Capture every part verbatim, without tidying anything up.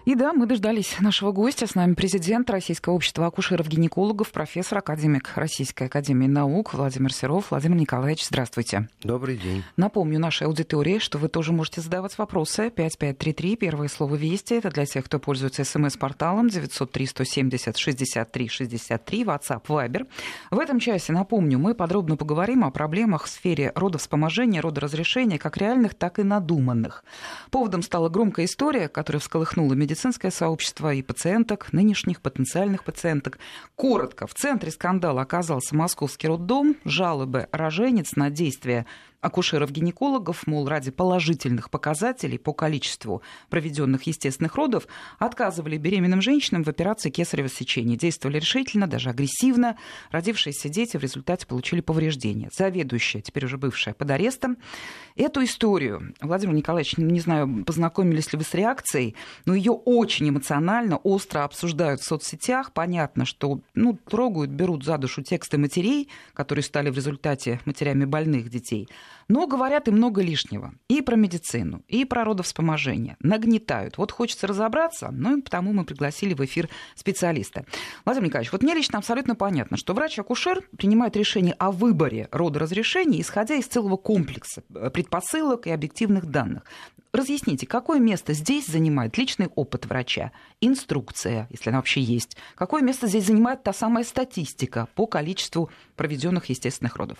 И да, мы дождались нашего гостя. С нами президент Российского общества акушеров-гинекологов, профессор, академик Российской академии наук Владимир Серов. Владимир Николаевич, здравствуйте. Добрый день. Напомню нашей аудитории, что вы тоже можете задавать вопросы. пять пять три три, первое слово «Вести». Это для тех, кто пользуется смс-порталом девять ноль три сто семьдесят шестьдесят три шестьдесят три, WhatsApp, Viber. В этом часе, напомню, мы подробно поговорим о проблемах в сфере родовспоможения, родоразрешения, как реальных, так и надуманных. Поводом стала громкая история, которая всколыхнула медицинское сообщество и пациенток, нынешних потенциальных пациенток. Коротко, в центре скандала оказался московский роддом, жалобы роженец на действия акушеров-гинекологов, мол, ради положительных показателей по количеству проведенных естественных родов отказывали беременным женщинам в операции кесарево сечения. Действовали решительно, даже агрессивно. Родившиеся дети в результате получили повреждения. Заведующая, теперь уже бывшая, под арестом. Эту историю, Владимир Николаевич, не знаю, познакомились ли вы с реакцией, но ее очень эмоционально, остро обсуждают в соцсетях. Понятно, что ну, трогают, берут за душу тексты матерей, которые стали в результате матерями больных детей. Но говорят и много лишнего. И про медицину, и про родовспоможение. Нагнетают. Вот хочется разобраться, ну и потому мы пригласили в эфир специалиста. Владимир Николаевич, вот мне лично абсолютно понятно, что врач-акушер принимает решение о выборе родоразрешения, исходя из целого комплекса предпосылок и объективных данных. Разъясните, какое место здесь занимает личный опыт врача, инструкция, если она вообще есть, какое место здесь занимает та самая статистика по количеству проведенных естественных родов?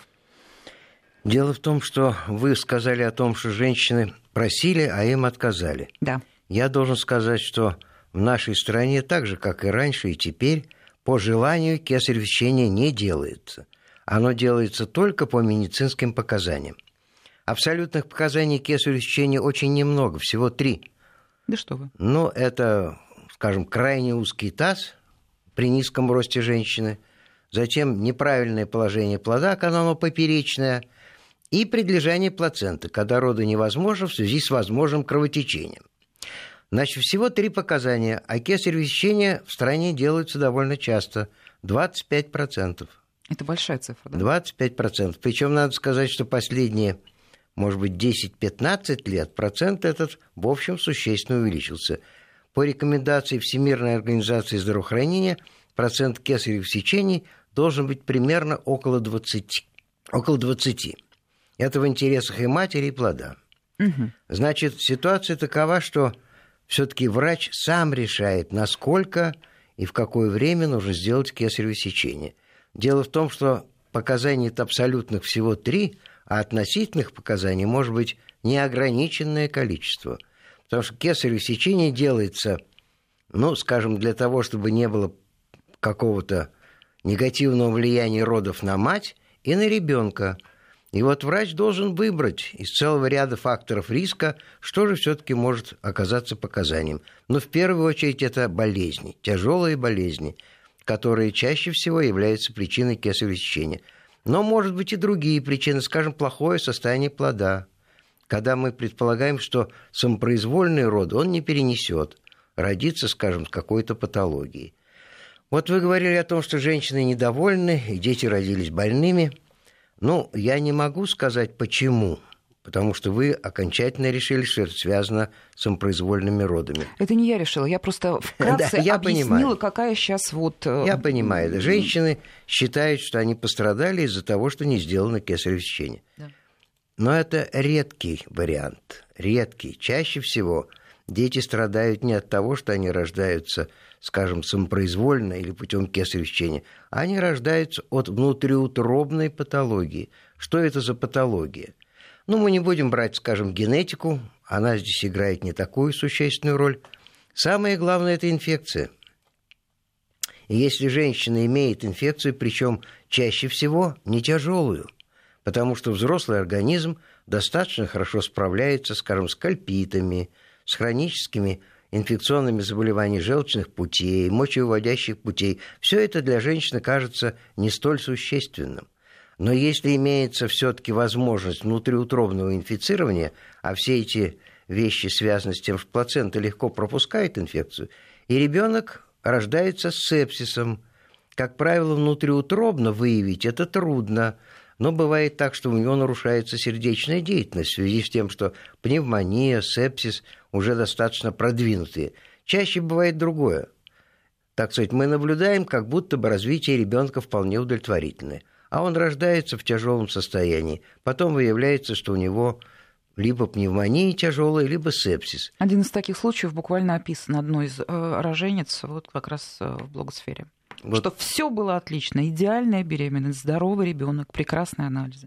Дело в том, что вы сказали о том, что женщины просили, а им отказали. Да. Я должен сказать, что в нашей стране, так же, как и раньше, и теперь, по желанию кесарево сечение не делается. Оно делается только по медицинским показаниям. Абсолютных показаний кесарево сечения очень немного, всего три. Да что вы. Ну, это, скажем, крайне узкий таз при низком росте женщины, затем неправильное положение плода, когда оно поперечное, и предлежание плаценты, когда роды невозможны в связи с возможным кровотечением. Значит, всего три показания, а кесарево сечение в стране делаются довольно часто, двадцать пять процентов. Это большая цифра, да? двадцать пять процентов. Причем надо сказать, что последние, может быть, десять-пятнадцать лет процент этот, в общем, существенно увеличился. По рекомендации Всемирной организации здравоохранения процент кесаревых сечений должен быть примерно около двадцати. Около двадцати. Это в интересах и матери, и плода. Угу. Значит, ситуация такова, что все-таки врач сам решает, насколько и в какое время нужно сделать кесарево сечение. Дело в том, что показаний абсолютных всего три, а относительных показаний может быть неограниченное количество. Потому что кесарево сечение делается, ну, скажем, для того, чтобы не было какого-то негативного влияния родов на мать и на ребенка. И вот врач должен выбрать из целого ряда факторов риска, что же все-таки может оказаться показанием. Но в первую очередь это болезни, тяжелые болезни, которые чаще всего являются причиной кесарево сечения. Но, может быть, и другие причины, скажем, плохое состояние плода. Когда мы предполагаем, что самопроизвольный род он не перенесет, родится, скажем, с какой-то патологией. Вот вы говорили о том, что женщины недовольны, и дети родились больными. Ну, я не могу сказать, почему. Потому что вы окончательно решили, что это связано с самопроизвольными родами. Это не я решила, я просто вкратце да, я объяснила, понимаю. какая сейчас вот... Я понимаю. Женщины считают, что они пострадали из-за того, что не сделано кесарево сечение. Да. Но это редкий вариант. Редкий. Чаще всего дети страдают не от того, что они рождаются, скажем, самопроизвольно или путем кесарево сечения, а они рождаются от внутриутробной патологии. Что это за патология? Ну, мы не будем брать, скажем, генетику, она здесь играет не такую существенную роль. Самое главное – это инфекция. И если женщина имеет инфекцию, причем чаще всего не тяжелую, потому что взрослый организм достаточно хорошо справляется, скажем, с кальпитами, с хроническими инфекционными заболеваниями желчных путей, мочевыводящих путей. Все это для женщины кажется не столь существенным. Но если имеется все-таки возможность внутриутробного инфицирования, а все эти вещи связаны с тем, что плацента легко пропускает инфекцию, и ребенок рождается с сепсисом. Как правило, внутриутробно выявить это трудно, но бывает так, что у него нарушается сердечная деятельность в связи с тем, что пневмония, сепсис уже достаточно продвинутые. Чаще бывает другое. Так сказать, мы наблюдаем, как будто бы развитие ребенка вполне удовлетворительное. А он рождается в тяжелом состоянии. Потом выявляется, что у него либо пневмония тяжелая, либо сепсис. Один из таких случаев буквально описан одной из э, роженец вот как раз э, в блогосфере. Вот. Что все было отлично, идеальная беременность, здоровый ребенок, прекрасные анализы.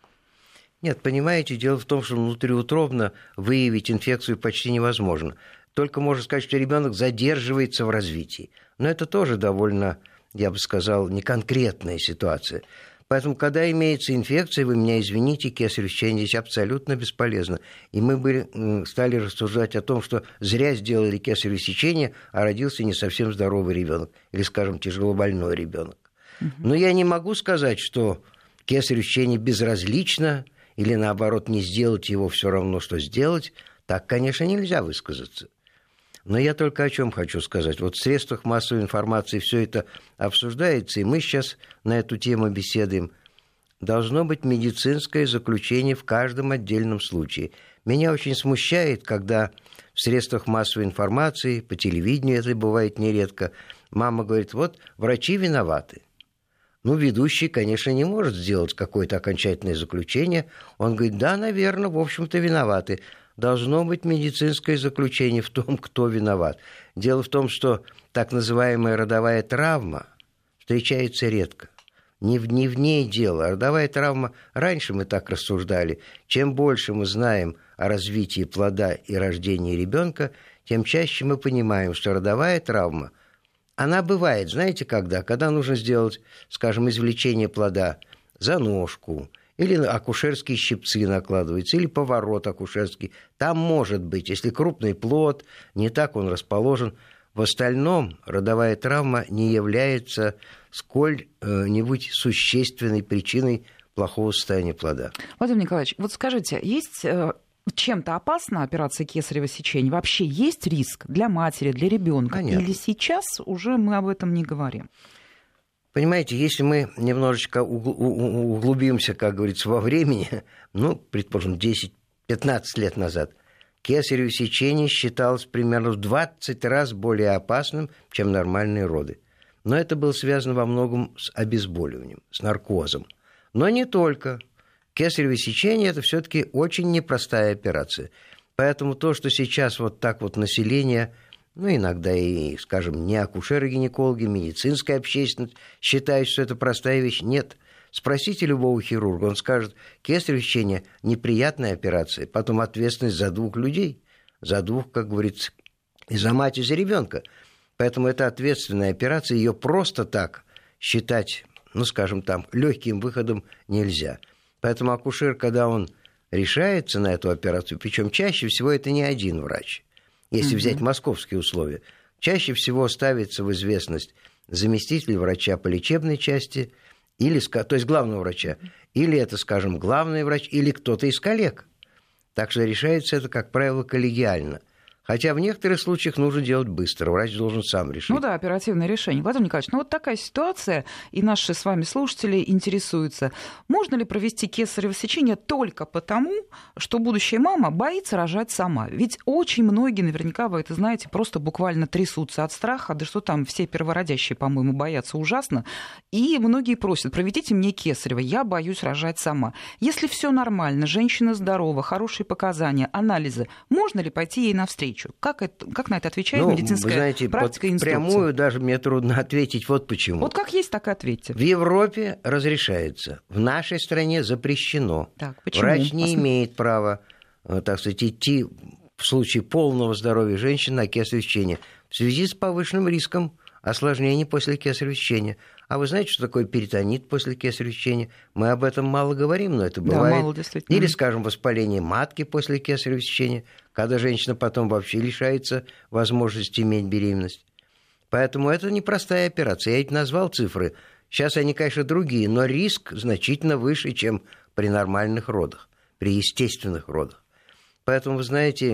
Нет, понимаете, дело в том, что внутриутробно выявить инфекцию почти невозможно. Только можно сказать, что ребенок задерживается в развитии. Но это тоже довольно, я бы сказал, неконкретная ситуация. Поэтому, когда имеется инфекция, вы меня извините, кесарево сечение здесь абсолютно бесполезно. И мы бы стали рассуждать о том, что зря сделали кесарево сечение, а родился не совсем здоровый ребенок, или, скажем, тяжелобольной ребенок. Угу. Но я не могу сказать, что кесарево сечение безразлично, или, наоборот, не сделать его все равно, что сделать. Так, конечно, нельзя высказаться. Но я только о чем хочу сказать. Вот в средствах массовой информации все это обсуждается, и мы сейчас на эту тему беседуем. Должно быть медицинское заключение в каждом отдельном случае. Меня очень смущает, когда в средствах массовой информации, по телевидению это бывает нередко, мама говорит, вот врачи виноваты. Ну, ведущий, конечно, не может сделать какое-то окончательное заключение. Он говорит, да, наверное, в общем-то виноваты. Должно быть медицинское заключение в том, кто виноват. Дело в том, что так называемая родовая травма встречается редко. Не в, не в ней дело. Родовая травма, раньше мы так рассуждали, чем больше мы знаем о развитии плода и рождении ребенка, тем чаще мы понимаем, что родовая травма, она бывает, знаете, когда? Когда нужно сделать, скажем, извлечение плода за ножку, или акушерские щипцы накладываются, или поворот акушерский. Там может быть, если крупный плод, не так он расположен. В остальном родовая травма не является сколь-нибудь существенной причиной плохого состояния плода. Владимир Николаевич, вот скажите, есть чем-то опасна операция кесарево сечения? Вообще есть риск для матери, для ребенка? Или сейчас уже мы об этом не говорим? Понимаете, если мы немножечко углубимся, как говорится, во времени, ну, предположим, десять-пятнадцать лет назад, кесарево сечение считалось примерно в двадцать раз более опасным, чем нормальные роды. Но это было связано во многом с обезболиванием, с наркозом. Но не только. Кесарево сечение – это все-таки очень непростая операция. Поэтому то, что сейчас вот так вот население... Ну, иногда и, скажем, не акушеры-гинекологи, медицинская общественность считает, что это простая вещь. Нет. Спросите любого хирурга, он скажет, кесарево сечение – неприятная операция, потом ответственность за двух людей, за двух, как говорится, и за мать, и за ребенка. Поэтому это ответственная операция, ее просто так считать, ну, скажем, там, легким выходом нельзя. Поэтому акушер, когда он решается на эту операцию, причем чаще всего это не один врач, если взять московские условия, чаще всего ставится в известность заместитель врача по лечебной части, или, то есть главного врача, или это, скажем, главный врач, или кто-то из коллег. Так что решается это, как правило, коллегиально. Хотя в некоторых случаях нужно делать быстро, врач должен сам решить. Ну да, оперативное решение. Владимир Николаевич, ну вот такая ситуация, и наши с вами слушатели интересуются, можно ли провести кесарево сечение только потому, что будущая мама боится рожать сама? Ведь очень многие, наверняка вы это знаете, просто буквально трясутся от страха, да что там, все первородящие, по-моему, боятся ужасно, и многие просят, проведите мне кесарево, я боюсь рожать сама. Если все нормально, женщина здорова, хорошие показания, анализы, можно ли пойти ей навстречу? Как, это, как на это отвечает ну, медицинская знаете, практика и инструкция? Прямую даже мне трудно ответить, вот почему. Вот как есть, так и ответьте. В Европе разрешается, в нашей стране запрещено. Так, почему? Врач не Посмотри. имеет права, так сказать, идти в случае полного здоровья женщины на кесарево сечение в связи с повышенным риском осложнений после кесарево сечения. А вы знаете, что такое перитонит после кесарево сечения? Мы об этом мало говорим, но это бывает. Да, мало, действительно. Или, скажем, воспаление матки после кесарево сечения, когда женщина потом вообще лишается возможности иметь беременность. Поэтому это непростая операция. Я ведь назвал цифры. Сейчас они, конечно, другие, но риск значительно выше, чем при нормальных родах, при естественных родах. Поэтому, вы знаете,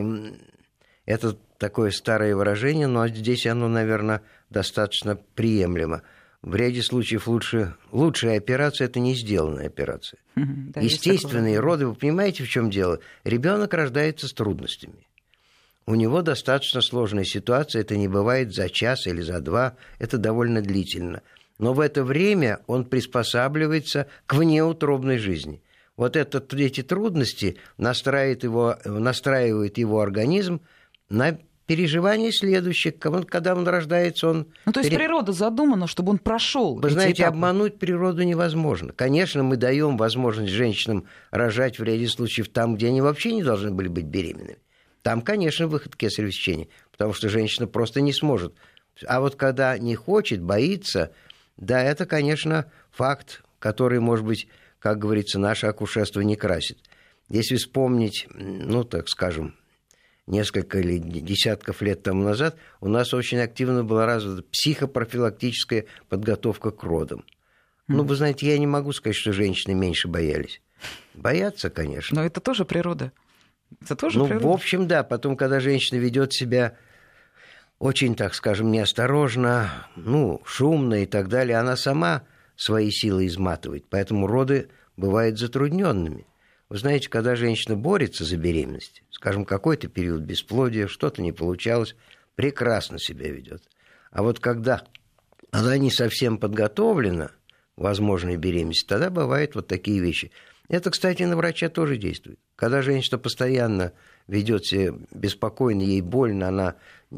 это такое старое выражение, но здесь оно, наверное, достаточно приемлемо. В ряде случаев лучше, лучшая операция – это не сделанная операция. Да, естественные роды, вы понимаете, в чем дело? Ребенок рождается с трудностями. у него достаточно сложная ситуация, это не бывает за час или за два, это довольно длительно. Но в это время он приспосабливается к внеутробной жизни. Вот это, эти трудности настраивают его, настраивают его организм на переживание следующее. Когда он рождается, он... Ну, то есть пере... природа задумана, чтобы он прошел. Вы знаете, этапы. Обмануть природу невозможно. Конечно, мы даем возможность женщинам рожать в ряде случаев там, где они вообще не должны были быть беременными. Там, конечно, выход кесарево сечения, потому что женщина просто не сможет. А вот когда не хочет, боится, да, это, конечно, факт, который, может быть, как говорится, наше акушерство не красит. Если вспомнить, ну, так скажем, несколько или десятков лет тому назад, у нас очень активно была развита психопрофилактическая подготовка к родам. Ну, вы знаете, я не могу сказать, что женщины меньше боялись. Боятся, конечно. Но это тоже природа. Это тоже ну, природа. в общем, да. Потом, когда женщина ведет себя очень, так скажем, неосторожно, ну, шумно и так далее, она сама свои силы изматывает. Поэтому роды бывают затрудненными. Вы знаете, когда женщина борется за беременность, скажем, какой-то период бесплодия, что-то не получалось, прекрасно себя ведет. А вот когда она не совсем подготовлена к возможной беременности, тогда бывают вот такие вещи. Это, кстати, на врача тоже действует. Когда женщина постоянно ведет себя беспокойно, ей больно, она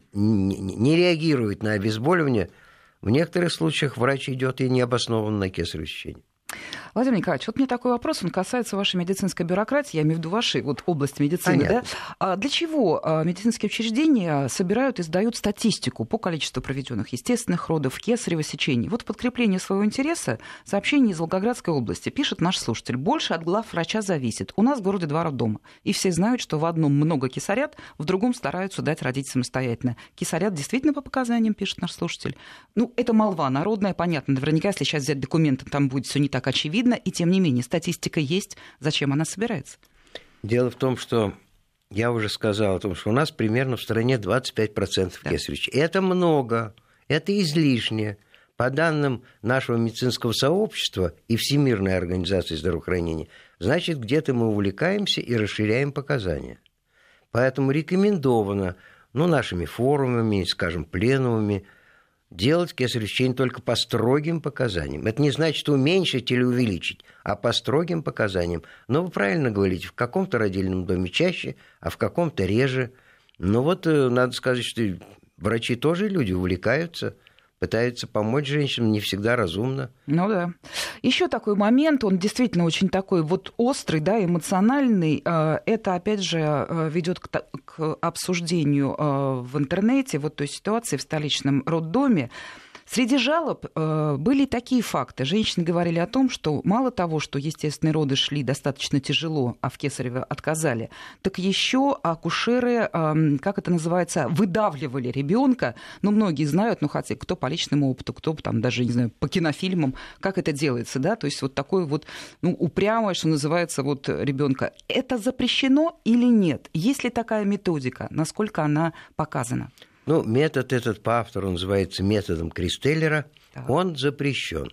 не реагирует на обезболивание, в некоторых случаях врач идет и необоснованно на кесарево сечение. Владимир Николаевич, вот мне такой вопрос, он касается вашей медицинской бюрократии, я имею в виду вашей вот, области медицины. Да? А для чего медицинские учреждения собирают и сдают статистику по количеству проведенных естественных родов, кесарево сечений? Вот в подкрепление своего интереса сообщение из Волгоградской области пишет наш слушатель. Больше от главврача зависит. У нас в городе два роддома, и все знают, что в одном много кесарят, в другом стараются дать родить самостоятельно. Кесарят действительно по показаниям, пишет наш слушатель. Ну, это молва народная, понятно. Наверняка, если сейчас взять документы, там будет все не так очевидно. И тем не менее, статистика есть. Зачем она собирается? Дело в том, что я уже сказал о том, что у нас примерно в стране двадцать пять процентов да. кесарево сечения. Это много, это излишне. По данным нашего медицинского сообщества и Всемирной организации здравоохранения, значит, где-то мы увлекаемся и расширяем показания. Поэтому рекомендовано, ну, нашими форумами, скажем, пленумами, делать кесарево сечение только по строгим показаниям. Это не значит уменьшить или увеличить, а по строгим показаниям. Но вы правильно говорите, в каком-то родильном доме чаще, а в каком-то реже. Но вот надо сказать, что врачи тоже люди увлекаются, пытаются помочь женщинам, не всегда разумно. Ну да. Еще такой момент, он действительно очень такой вот острый, да, эмоциональный. Это, опять же, ведет к, к обсуждению в интернете вот той ситуации в столичном роддоме. Среди жалоб э, были такие факты. Женщины говорили о том, что мало того, что естественные роды шли достаточно тяжело, а в кесарево отказали, так еще акушеры, э, как это называется, выдавливали ребенка. Ну, многие знают, ну, хотя кто по личному опыту, кто там даже, не знаю, по кинофильмам, как это делается, да, то есть вот такое вот, ну, упрямое, что называется, вот ребенка. Это запрещено или нет? Есть ли такая методика? Насколько она показана? Ну, метод этот по автору называется методом Кристеллера. Так. Он запрещен.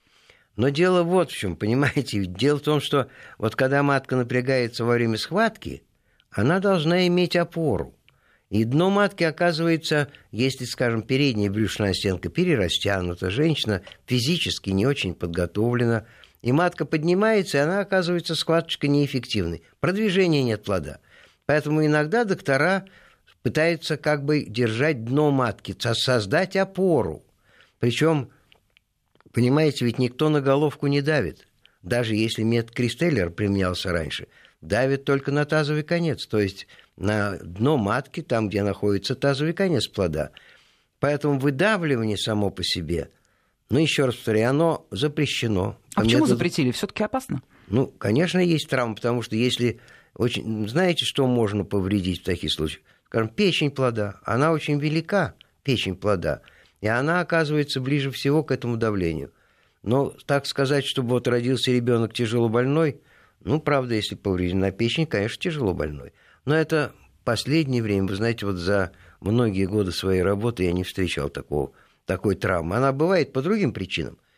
Но дело вот в чем, понимаете? Дело в том, что вот когда матка напрягается во время схватки, она должна иметь опору. И дно матки оказывается, если, скажем, передняя брюшная стенка перерастянута, женщина физически не очень подготовлена, и матка поднимается, и она оказывается схваточкой неэффективной. Продвижения нет плода. Поэтому иногда доктора пытаются как бы держать дно матки, создать опору. Причем, понимаете, ведь никто на головку не давит. Даже если метод Кристеллера применялся раньше, давит только на тазовый конец, то есть на дно матки, там, где находится тазовый конец плода. Поэтому выдавливание само по себе, ну, еще раз повторяю, оно запрещено. А почему методу... запретили? Все-таки опасно? Ну, конечно, есть травма, потому что если... очень, знаете, что можно повредить в таких случаях? Скажем, печень плода, она очень велика, печень плода, и она оказывается ближе всего к этому давлению. Но так сказать, чтобы вот родился ребенок тяжело больной, ну, правда, если повреждена печень, конечно, тяжело больной. Но это последнее время, вы знаете, вот за многие годы своей работы я не встречал такого, такой травмы. Она бывает по другим причинам.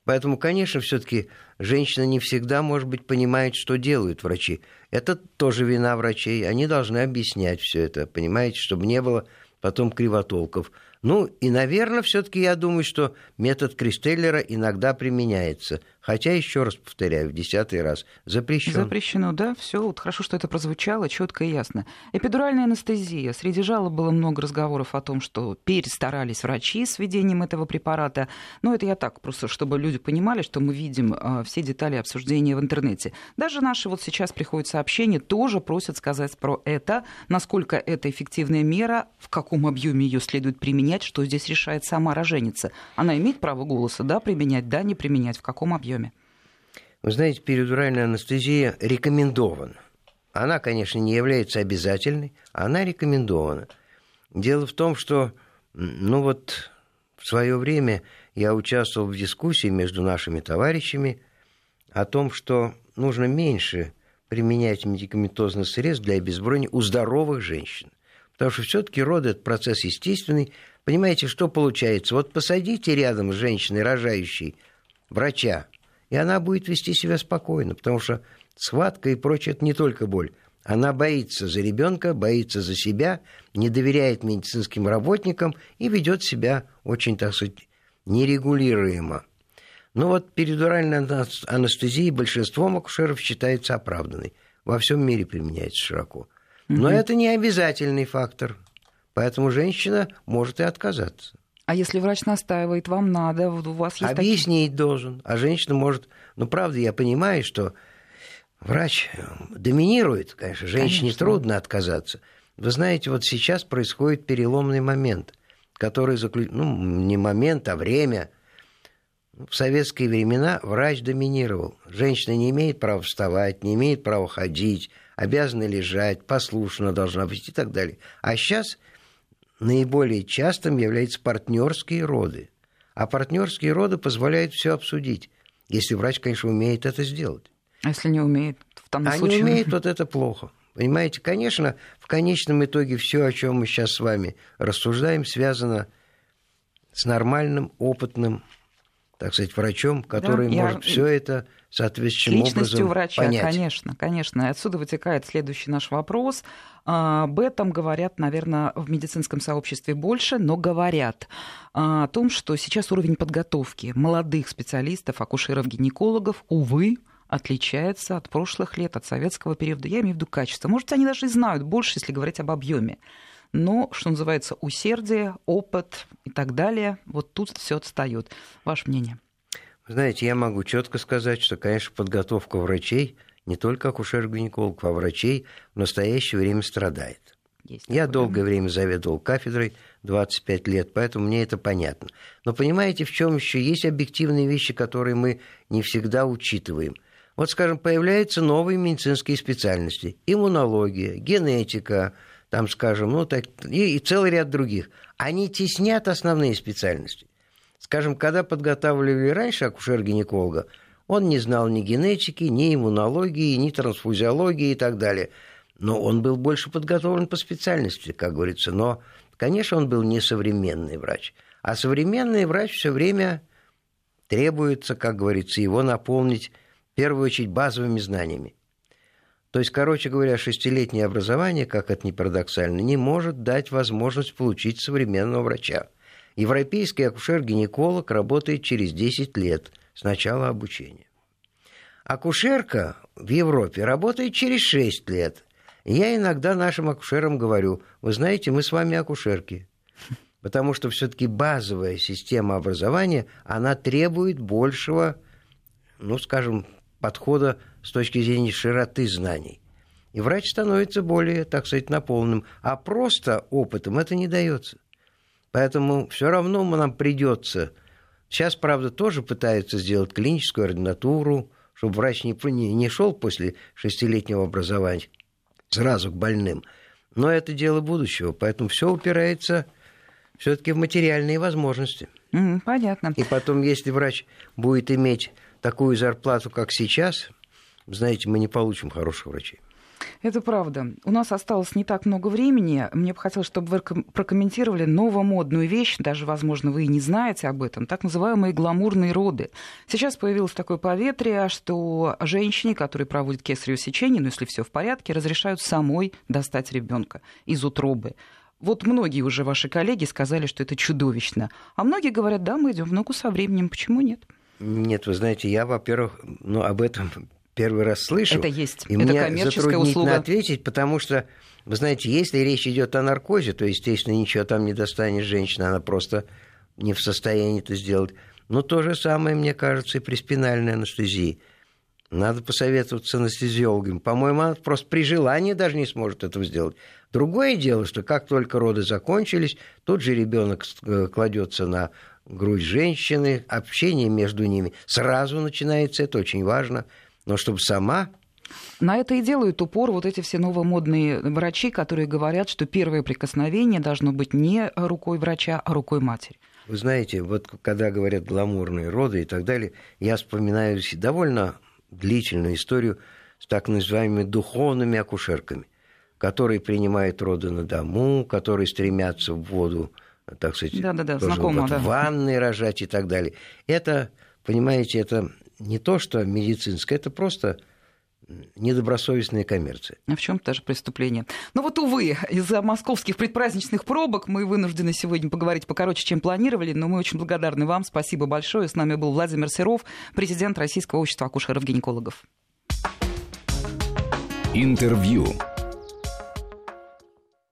Поэтому, конечно, все-таки женщина не всегда, может быть, понимает, что делают врачи. Это тоже вина врачей. Они должны объяснять все это, понимаете, чтобы не было потом кривотолков. Ну, и, наверное, все-таки я думаю, что метод Кристеллера иногда применяется. Хотя, еще раз повторяю, в десятый раз, запрещен. Запрещено, да, все. Вот хорошо, что это прозвучало четко и ясно. Эпидуральная анестезия. Среди жалоб было много разговоров о том, что перестарались врачи с введением этого препарата. Но это я так, просто чтобы люди понимали, что мы видим э, все детали обсуждения в интернете. Даже наши вот сейчас приходят сообщения, тоже просят сказать про это, насколько это эффективная мера, в каком объеме ее следует применять, что здесь решает сама роженица. Она имеет право голоса, да, применять, да, не применять, в каком объеме? Вы знаете, перидуральная анестезия рекомендована. Она, конечно, не является обязательной, а она рекомендована. Дело в том, что, ну вот, в свое время я участвовал в дискуссии между нашими товарищами о том, что нужно меньше применять медикаментозных средств для обезболивания у здоровых женщин. Потому что все-таки роды – это процесс естественный. Понимаете, что получается? Вот посадите рядом с женщиной, рожающей, врача, и она будет вести себя спокойно, потому что схватка и прочее – это не только боль. Она боится за ребенка, боится за себя, не доверяет медицинским работникам и ведет себя очень, так сказать, нерегулируемо. Но вот перидуральная анестезия большинством акушеров считается оправданной. Во всем мире применяется широко. Но угу. это не обязательный фактор, поэтому женщина может и отказаться. А если врач настаивает, вам надо, у вас есть объяснить такие... должен, а женщина может... Ну, правда, я понимаю, что врач доминирует, конечно, женщине конечно. Трудно отказаться. Вы знаете, вот сейчас происходит переломный момент, который заключ... ну, не момент, а время. В советские времена врач доминировал. Женщина не имеет права вставать, не имеет права ходить, обязана лежать, послушна должна быть и так далее. А сейчас наиболее частым являются партнерские роды. А партнерские роды позволяют все обсудить, если врач, конечно, умеет это сделать. А если не умеет, в том а случае... не умеет, вот это плохо. Понимаете, конечно, в конечном итоге все, о чем мы сейчас с вами рассуждаем, связано с нормальным, опытным, так сказать, врачом, который да, может я... все это соответствующим личностью образом врача, понять. Конечно, конечно. И отсюда вытекает следующий наш вопрос. Об этом говорят, наверное, в медицинском сообществе больше, но говорят о том, что сейчас уровень подготовки молодых специалистов, акушеров-гинекологов, увы, отличается от прошлых лет, от советского периода. Я имею в виду качество. Может, они даже и знают больше, если говорить об объеме. Но, что называется, усердие, опыт и так далее, вот тут все отстает. Ваше мнение? Знаете, я могу четко сказать, что, конечно, подготовка врачей, не только акушеров-гинекологов, а врачей в настоящее время страдает. Есть я такое, долгое да? время заведовал кафедрой, двадцать пять лет, поэтому мне это понятно. Но понимаете, в чем еще есть объективные вещи, которые мы не всегда учитываем? Вот, скажем, появляются новые медицинские специальности. Иммунология, генетика, там, скажем, ну, так, и, и целый ряд других. Они теснят основные специальности. Скажем, когда подготавливали раньше акушер-гинеколога, он не знал ни генетики, ни иммунологии, ни трансфузиологии и так далее. Но он был больше подготовлен по специальности, как говорится. Но, конечно, он был не современный врач. А современный врач все время требуется, как говорится, его наполнить в первую очередь базовыми знаниями. То есть, короче говоря, шестилетнее образование, как это ни парадоксально, не может дать возможность получить современного врача. Европейский акушер-гинеколог работает через десять лет с начала обучения. Акушерка в Европе работает через шесть лет. И я иногда нашим акушерам говорю: вы знаете, мы с вами акушерки. Потому что все-таки базовая система образования, она требует большего, ну, скажем, подхода с точки зрения широты знаний. И врач становится более, так сказать, наполненным. А просто опытом это не дается. Поэтому все равно нам придется. Сейчас, правда, тоже пытаются сделать клиническую ординатуру, чтобы врач не, не, не шел после шестилетнего образования сразу к больным. Но это дело будущего. Поэтому все упирается все-таки в материальные возможности. Mm, понятно. И потом, если врач будет иметь такую зарплату, как сейчас, знаете, мы не получим хороших врачей. Это правда. У нас осталось не так много времени. Мне бы хотелось, чтобы вы прокомментировали новомодную вещь, даже, возможно, вы и не знаете об этом, так называемые гламурные роды. Сейчас появилось такое поветрие, что женщине, которая проводит кесарево сечение, ну, если все в порядке, разрешают самой достать ребенка из утробы. Вот многие уже ваши коллеги сказали, что это чудовищно. А многие говорят, да, мы идем в ногу со временем. Почему нет? Нет, вы знаете, я, во-первых, ну, об этом первый раз слышу. Это есть. И это мне коммерческая затруднительно услуга. ответить, потому что, вы знаете, если речь идет о наркозе, то, естественно, ничего там не достанет женщина, она просто не в состоянии это сделать. Но то же самое, мне кажется, и при спинальной анестезии. Надо посоветоваться с анестезиологом. По-моему, она просто при желании даже не сможет этого сделать. Другое дело, что как только роды закончились, тут же ребенок кладется на грудь женщины, общение между ними сразу начинается, это очень важно. Но чтобы сама... На это и делают упор вот эти все новомодные врачи, которые говорят, что первое прикосновение должно быть не рукой врача, а рукой матери. Вы знаете, вот когда говорят гламурные роды и так далее, я вспоминаю довольно длительную историю с так называемыми духовными акушерками, которые принимают роды на дому, которые стремятся в воду, так сказать, да, да, да, тоже знакомо, вот да. в ванной рожать и так далее. Это, понимаете, это не то, что медицинское, это просто недобросовестная коммерция. А в чем даже преступление? Но вот, увы, из-за московских предпраздничных пробок мы вынуждены сегодня поговорить покороче, чем планировали, но мы очень благодарны вам. Спасибо большое. С нами был Владимир Серов, президент Российского общества акушеров-гинекологов. Интервью.